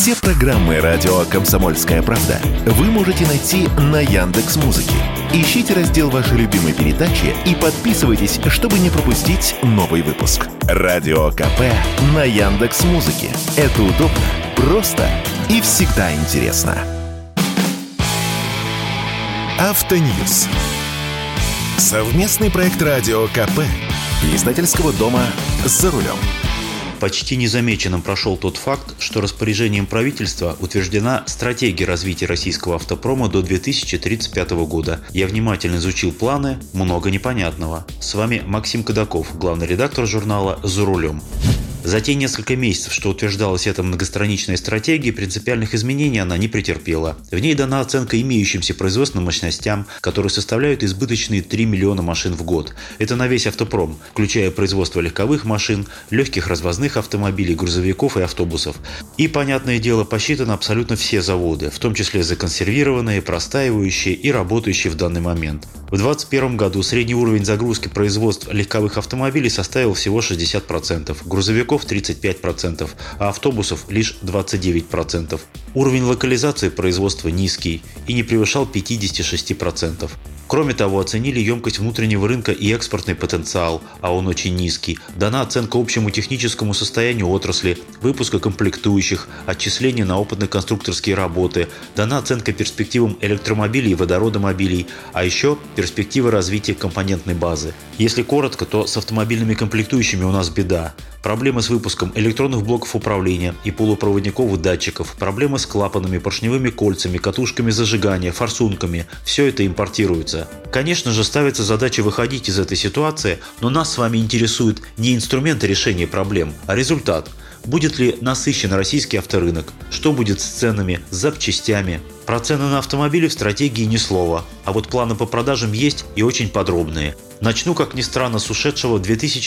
Все программы радио «Комсомольская правда» вы можете найти на Яндекс.Музыке. Ищите раздел вашей любимой передачи и подписывайтесь, чтобы не пропустить новый выпуск. Радио КП на Яндекс.Музыке. Это удобно, просто и всегда интересно. Автоньюз. Совместный проект радио КП и издательского дома «За рулем». Почти незамеченным прошел тот факт, что распоряжением правительства утверждена стратегия развития российского автопрома до 2035 года. Я внимательно изучил планы, много непонятного. С вами Максим Кадаков, главный редактор журнала «За рулем». За те несколько месяцев, что утверждалась эта многостраничная стратегия, принципиальных изменений она не претерпела. В ней дана оценка имеющимся производственным мощностям, которые составляют избыточные 3 миллиона машин в год. Это на весь автопром, включая производство легковых машин, легких развозных автомобилей, грузовиков и автобусов. И, понятное дело, посчитаны абсолютно все заводы, в том числе законсервированные, простаивающие и работающие в данный момент. В 2021 году средний уровень загрузки производств легковых автомобилей составил всего 60%, грузовиков 35%, а автобусов лишь 29%. Уровень локализации производства низкий и не превышал 56%. Кроме того, оценили емкость внутреннего рынка и экспортный потенциал, а он очень низкий. Дана оценка общему техническому состоянию отрасли, выпуска комплектующих, отчисления на опытно-конструкторские работы, дана оценка перспективам электромобилей и водородомобилей, а еще перспективы развития компонентной базы. Если коротко, то с автомобильными комплектующими у нас беда. Проблемы с выпуском электронных блоков управления и полупроводниковых датчиков, проблемы с клапанами, поршневыми кольцами, катушками зажигания, форсунками – все это импортируется. Конечно же, ставится задача выходить из этой ситуации, но нас с вами интересует не инструменты решения проблем, а результат. Будет ли насыщен российский авторынок? Что будет с ценами, с запчастями? Про цены на автомобили в стратегии ни слова, а вот планы по продажам есть и очень подробные. Начну, как ни странно, с ушедшего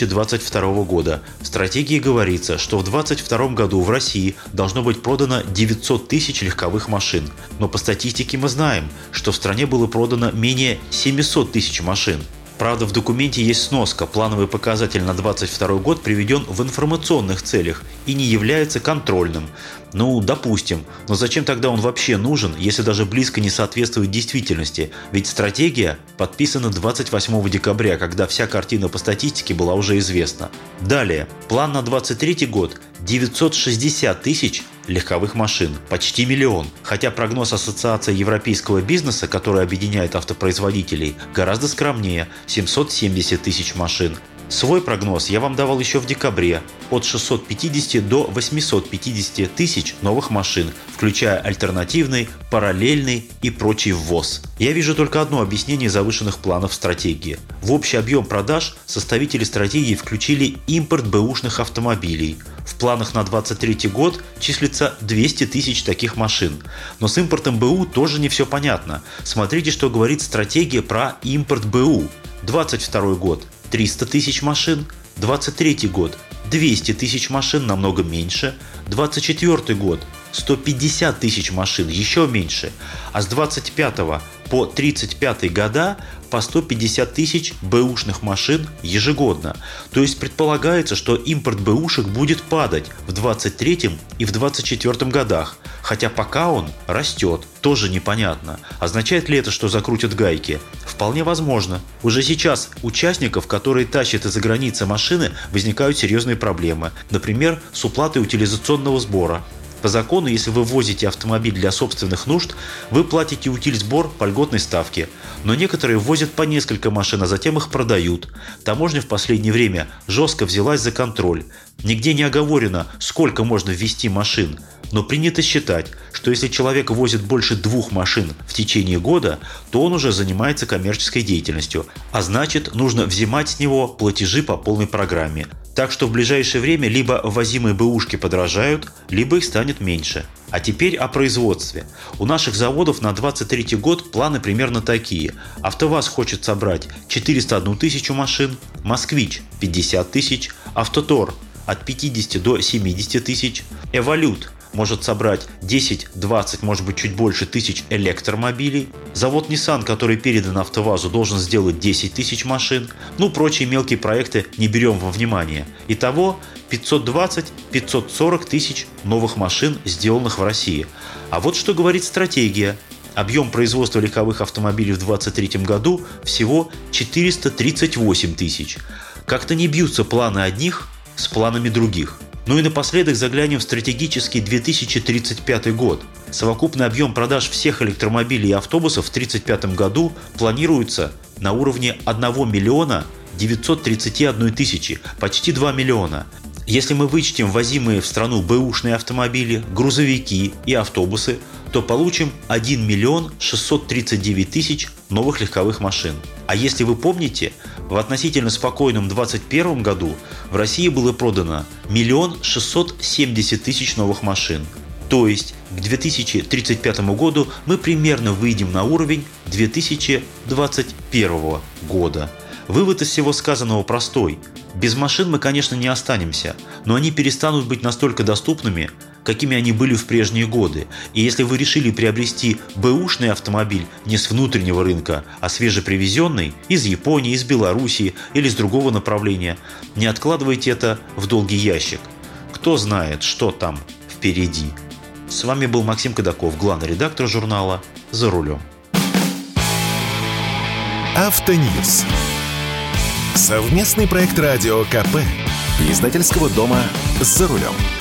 2022 года. В стратегии говорится, что в 2022 году в России должно быть продано 900 тысяч легковых машин. Но по статистике мы знаем, что в стране было продано менее 700 тысяч машин. Правда, в документе есть сноска, плановый показатель на 2022 год приведен в информационных целях и не является контрольным. Ну, допустим, но зачем тогда он вообще нужен, если даже близко не соответствует действительности? Ведь стратегия подписана 28 декабря, когда вся картина по статистике была уже известна. Далее, план на 2023 год – 960 тысяч легковых машин, почти миллион. Хотя прогноз Ассоциации европейского бизнеса, которая объединяет автопроизводителей, гораздо скромнее – 770 тысяч машин. Свой прогноз я вам давал еще в декабре – от 650 до 850 тысяч новых машин, включая альтернативный, параллельный и прочий ввоз. Я вижу только одно объяснение завышенных планов стратегии. В общий объем продаж составители стратегии включили импорт бэушных автомобилей. В планах на 2023 год числится 200 тысяч таких машин. Но с импортом БУ тоже не все понятно. Смотрите, что говорит стратегия про импорт БУ. 2022 год – 300 тысяч машин, 2023 год – 200 тысяч машин, намного меньше, 2024 год – 150 тысяч машин, еще меньше, а с 2025 по 2035 года по 150 тысяч бэушных машин ежегодно. То есть предполагается, что импорт бэушек будет падать в 2023 и в 2024 годах, хотя пока он растет, тоже непонятно. Означает ли это, что закрутят гайки? Вполне возможно. Уже сейчас участников, которые тащат из-за границы машины, возникают серьезные проблемы. Например, с уплатой утилизационного сбора. По закону, если вы ввозите автомобиль для собственных нужд, вы платите утильсбор по льготной ставке. Но некоторые ввозят по несколько машин, а затем их продают. Таможня в последнее время жестко взялась за контроль. Нигде не оговорено, сколько можно ввезти машин. Но принято считать, что если человек возит больше 2 машин в течение года, то он уже занимается коммерческой деятельностью, а значит, нужно взимать с него платежи по полной программе. Так что в ближайшее время либо ввозимые бэушки подорожают, либо их станет меньше. А теперь о производстве. У наших заводов на 2023 год планы примерно такие. АвтоВАЗ хочет собрать 401 тысячу машин, Москвич – 50 тысяч, Автотор – от 50 до 70 тысяч, Эволют может собрать 10, 20, может быть чуть больше тысяч электромобилей. Завод Nissan, который передан АвтоВАЗу, должен сделать 10 тысяч машин. Прочие мелкие проекты не берем во внимание. Итого 520-540 тысяч новых машин, сделанных в России. А вот что говорит стратегия. Объем производства легковых автомобилей в 2023 году всего 438 тысяч. Как-то не бьются планы одних с планами других. И напоследок заглянем в стратегический 2035 год. Совокупный объем продаж всех электромобилей и автобусов в 1935 году планируется на уровне 1 миллиона 931 тысячи, почти 2 миллиона. Если мы вычтем возимые в страну бэушные автомобили, грузовики и автобусы, то получим 1 миллион 639 тысяч новых легковых машин. А если вы помните, в относительно спокойном 2021 году в России было продано 1 670 тысяч новых машин. То есть к 2035 году мы примерно выйдем на уровень 2021 года. Вывод из всего сказанного простой. Без машин мы, конечно, не останемся, но они перестанут быть настолько доступными, какими они были в прежние годы. И если вы решили приобрести бэушный автомобиль не с внутреннего рынка, а свежепривезенный из Японии, из Белоруссии или с другого направления, не откладывайте это в долгий ящик. Кто знает, что там впереди. С вами был Максим Кадаков, главный редактор журнала «За рулем». Автоньюз. Совместный проект радио КП. Издательского дома «За рулем».